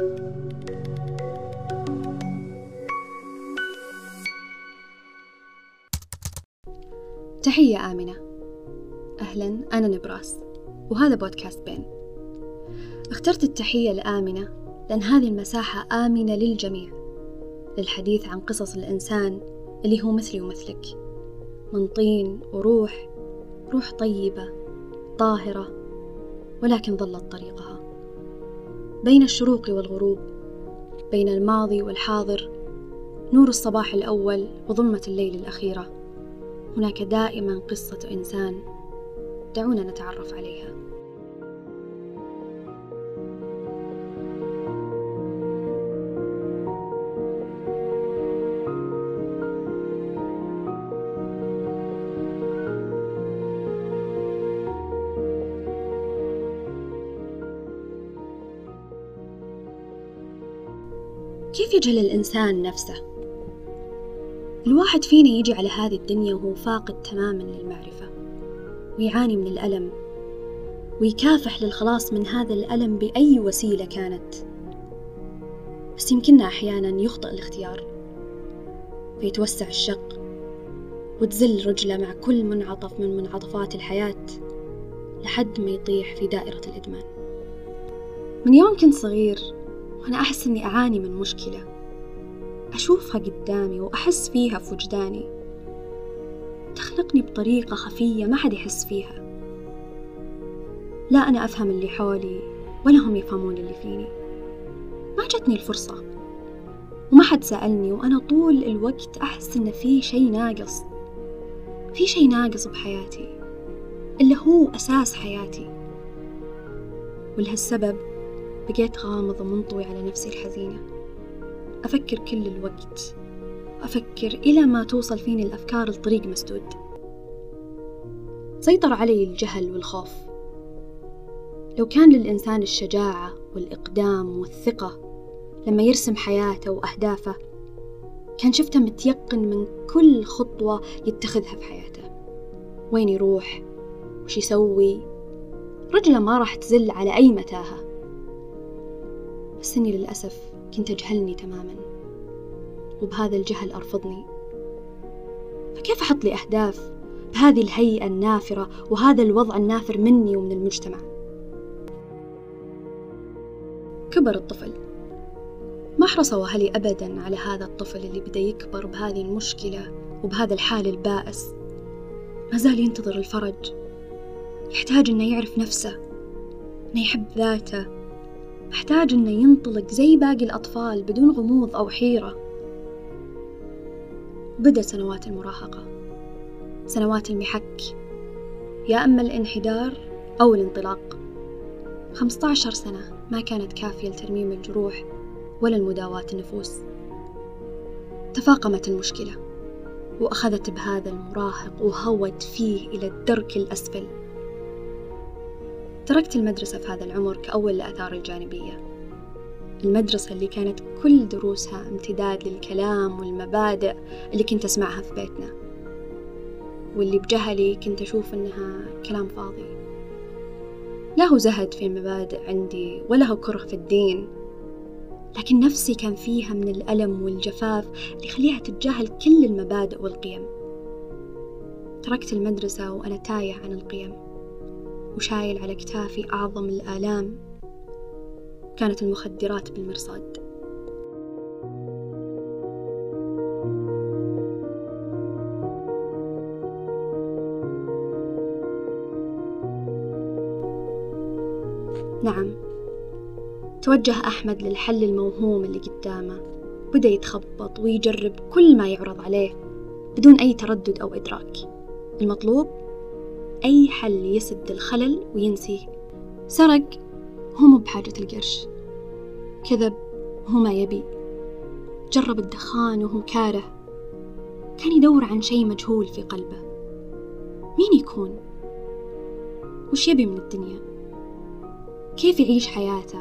تحية آمنة. أهلا، أنا نبراس وهذا بودكاست بين. اخترت التحية لآمنة لأن هذه المساحة آمنة للجميع، للحديث عن قصص الإنسان اللي هو مثلي ومثلك، من طين وروح، روح طيبة طاهرة ولكن ظلت طريقها بين الشروق والغروب، بين الماضي والحاضر، نور الصباح الأول وظلمة الليل الأخيرة. هناك دائما قصة إنسان، دعونا نتعرف عليها. كيف يجهل الإنسان نفسه؟ الواحد فينا يجي على هذه الدنيا وهو فاقد تماما للمعرفة، ويعاني من الألم، ويكافح للخلاص من هذا الألم بأي وسيلة كانت. بس يمكننا أحيانا يخطئ الاختيار، فيتوسع الشق وتزل رجله مع كل منعطف من منعطفات الحياة لحد ما يطيح في دائرة الإدمان. من يوم كنت صغير وأنا أحس أني أعاني من مشكلة، أشوفها قدامي وأحس فيها في وجداني، تخنقني بطريقة خفية ما حد يحس فيها. لا أنا أفهم اللي حولي ولا هم يفهمون اللي فيني. ما جتني الفرصة وما حد سألني، وأنا طول الوقت أحس إن في شيء ناقص، في شيء ناقص بحياتي اللي هو أساس حياتي. ولهالسبب بقيت غامض ومنطوي على نفسي الحزينة، أفكر كل الوقت، أفكر إلى ما توصل فيني الأفكار لطريق مسدود. سيطر علي الجهل والخوف. لو كان للإنسان الشجاعة والإقدام والثقة لما يرسم حياته وأهدافه، كان شفته متيقن من كل خطوة يتخذها في حياته، وين يروح، وش يسوي، رجله ما راح تزل على أي متاهة. بس إني للأسف كنت أجهلني تماماً، وبهذا الجهل أرفضني. فكيف أحط لي أهداف بهذه الهيئة النافرة وهذا الوضع النافر مني ومن المجتمع؟ كبر الطفل. ما حرصوا أهلي أبداً على هذا الطفل اللي بدأ يكبر بهذه المشكلة وبهذا الحال البائس. ما زال ينتظر الفرج، يحتاج إنه يعرف نفسه، إنه يحب ذاته، محتاج إنه ينطلق زي باقي الأطفال بدون غموض أو حيرة. بدأ سنوات المراهقة، سنوات المحك، يا أما الانحدار أو الانطلاق. 15 سنة ما كانت كافية لترميم الجروح ولا المداواة النفوس. تفاقمت المشكلة وأخذت بهذا المراهق وهوت فيه إلى الدرك الأسفل. تركت المدرسة في هذا العمر كأول الآثار الجانبية، المدرسة اللي كانت كل دروسها امتداد للكلام والمبادئ اللي كنت أسمعها في بيتنا، واللي بجهلي كنت أشوف إنها كلام فاضي. لا هو زهد في مبادئ عندي ولا هو كره في الدين، لكن نفسي كان فيها من الألم والجفاف اللي يخليها تتجاهل كل المبادئ والقيم. تركت المدرسة وأنا تايه عن القيم، وشايل على كتافي أعظم الآلام. كانت المخدرات بالمرصاد. نعم، توجه أحمد للحل الموهوم اللي قدامه، بدأ يتخبط ويجرب كل ما يعرض عليه بدون أي تردد أو إدراك. المطلوب أي حل يسد الخلل وينسيه. سرق هو مو بحاجة القرش، كذب هو ما يبي، جرب الدخان وهو كاره، كان يدور عن شيء مجهول في قلبه. مين يكون؟ وش يبي من الدنيا؟ كيف يعيش حياته؟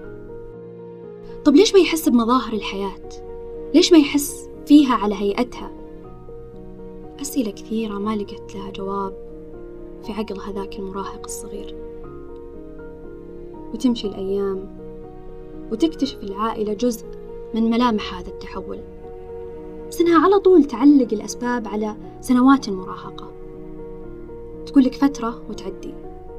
طب ليش ما يحس بمظاهر الحياة؟ ليش ما يحس فيها على هيئتها؟ أسئلة كثيرة ما لقيت لها جواب في عقل هذاك المراهق الصغير. وتمشي الأيام وتكتشف العائلة جزء من ملامح هذا التحول، بس إنها على طول تعلق الأسباب على سنوات المراهقة، تقول لك فترة وتعدي.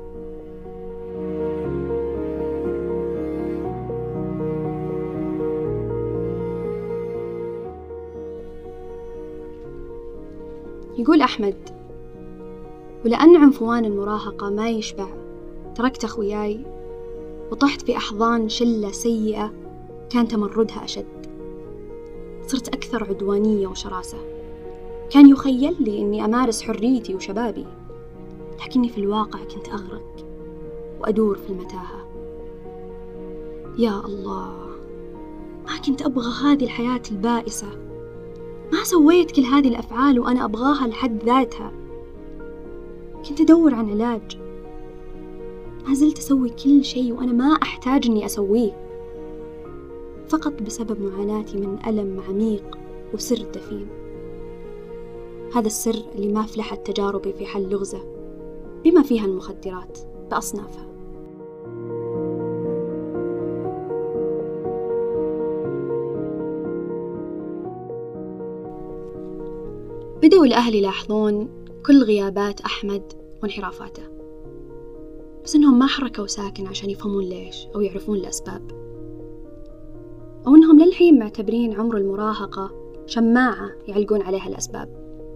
يقول أحمد: ولأن عنفوان المراهقة ما يشبع، تركت أخوياي وطحت في أحضان شلة سيئة كان تمردها أشد. صرت أكثر عدوانية وشراسة. كان يخيل لي أني أمارس حريتي وشبابي، لكني في الواقع كنت أغرق وأدور في المتاهة. يا الله، ما كنت أبغى هذه الحياة البائسة. ما سويت كل هذه الأفعال وأنا أبغاها لحد ذاتها. كنت أدور عن علاج. ما زلت أسوي كل شيء وأنا ما أحتاج أني أسويه، فقط بسبب معاناتي من ألم عميق وسر دفين. هذا السر اللي ما أفلحت تجاربي في حل لغزة بما فيها المخدرات بأصنافها. بدأوا الأهل يلاحظون كل غيابات أحمد وانحرافاته، بس إنهم ما حركوا ساكن عشان يفهمون ليش أو يعرفون الأسباب، أو إنهم للحين معتبرين عمر المراهقة شماعة يعلقون عليها الأسباب.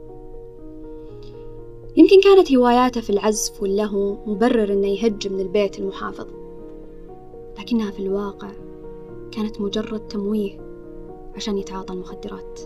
يمكن كانت هواياته في العزف واللهو مبرر إنه يهج من البيت المحافظ، لكنها في الواقع كانت مجرد تمويه عشان يتعاطى المخدرات.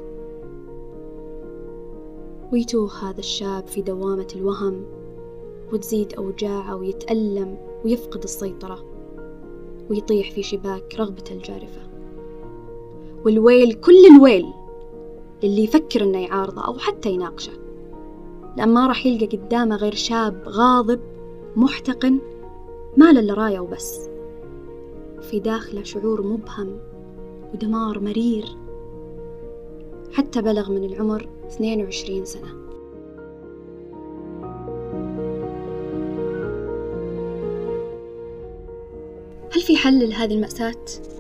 ويتوه هذا الشاب في دوامة الوهم، وتزيد أوجاعه ويتألم ويفقد السيطرة، ويطيح في شباك رغبته الجارفة. والويل كل الويل اللي يفكر إنه يعارضه أو حتى يناقشه، لأن ما راح يلقى قدامه غير شاب غاضب محتقن ما له إلا راية وبس، في داخله شعور مبهم ودمار مرير. حتى بلغ من العمر 22 سنة. هل في حل لهذه المأساة؟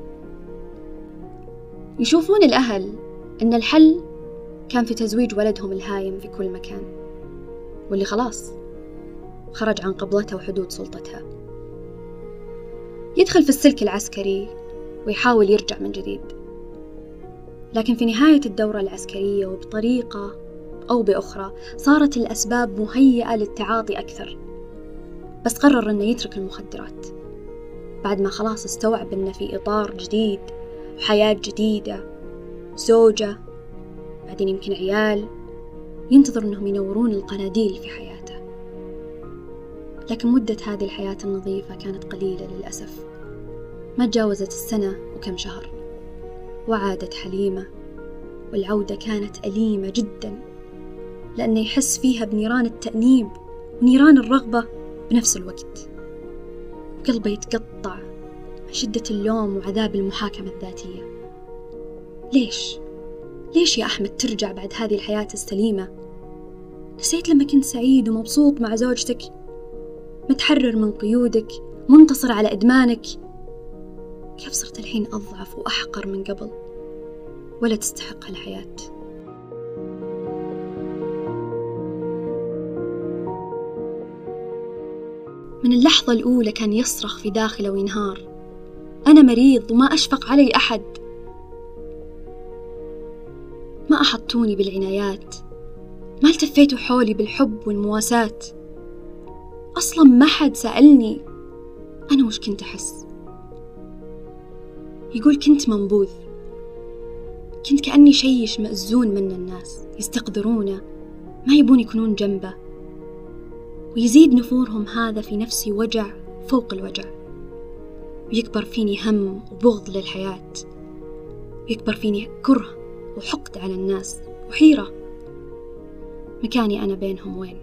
يشوفون الأهل أن الحل كان في تزويج ولدهم الهايم في كل مكان، واللي خلاص خرج عن قبضتها وحدود سلطتها. يدخل في السلك العسكري ويحاول يرجع من جديد، لكن في نهاية الدورة العسكرية وبطريقة أو بأخرى صارت الأسباب مهيئة للتعاطي أكثر، بس قرر أنه يترك المخدرات بعد ما خلاص استوعب أنه في إطار جديد وحياة جديدة، زوجة، بعدين يمكن عيال، ينتظر أنهم ينورون القناديل في حياته. لكن مدة هذه الحياة النظيفة كانت قليلة للأسف، ما تجاوزت السنة وكم شهر، وعادت حليمة، والعودة كانت أليمة جدا، لأنه يحس فيها بنيران التأنيب ونيران الرغبة بنفس الوقت. قلبه يتقطع من شدة اللوم وعذاب المحاكمة الذاتية. ليش يا أحمد ترجع بعد هذه الحياة السليمة؟ نسيت لما كنت سعيد ومبسوط مع زوجتك، متحرر من قيودك، منتصر على إدمانك؟ كيف صرت الحين أضعف وأحقر من قبل ولا تستحق هالحياة؟ من اللحظة الأولى كان يصرخ في داخله وينهار: أنا مريض وما أشفق علي أحد. ما أحطوني بالعنايات، ما التفيتوا حولي بالحب والمواساة، أصلا ما حد سألني أنا وش كنت أحس. يقول كنت منبوذ، كنت كأني شيش مأزون من الناس يستقدرونه، ما يبون يكونون جنبه، ويزيد نفورهم هذا في نفسي وجع فوق الوجع، ويكبر فيني هم وبغض للحياة، ويكبر فيني كره وحقد على الناس وحيرة. مكاني أنا بينهم وين؟